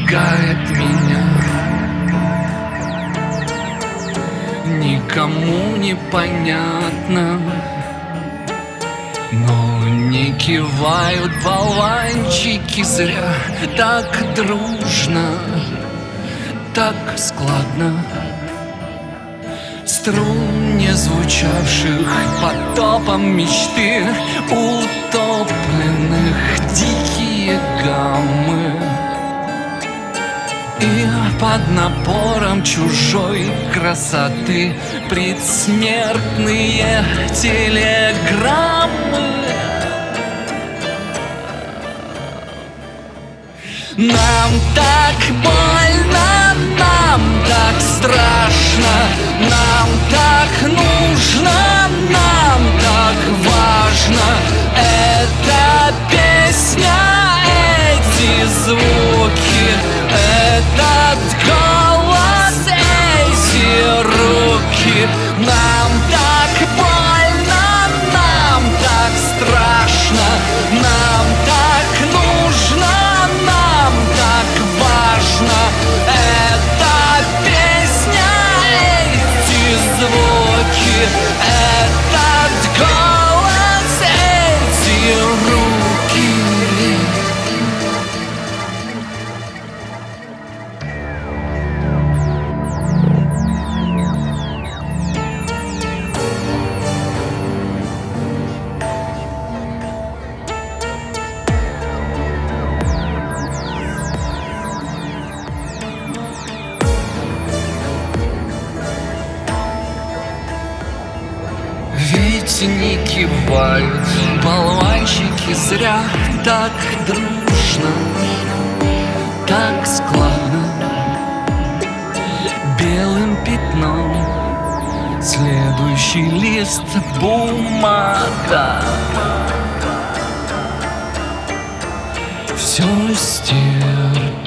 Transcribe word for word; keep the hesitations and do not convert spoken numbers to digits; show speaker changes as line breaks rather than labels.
обжигает меня. Никому не понятно, но не кивают болванчики зря. Так дружно, так складно. Струн не звучавших потопом мечты, утопленных дикие гаммы. И под напором чужой красоты предсмертные телеграммы. Нам так больно, нам так страшно, нам так нужно, нам так важно. Эта песня, эти звуки, этот голос, эти руки. Нам так больно, нам так страшно, нам так нужно, нам так важно. Эта песня, эти звуки, этот голос, эти руки. Ведь не кивают болванчики зря. Так дружно, так складно. Белым пятном следующий лист бумага. Все стерпит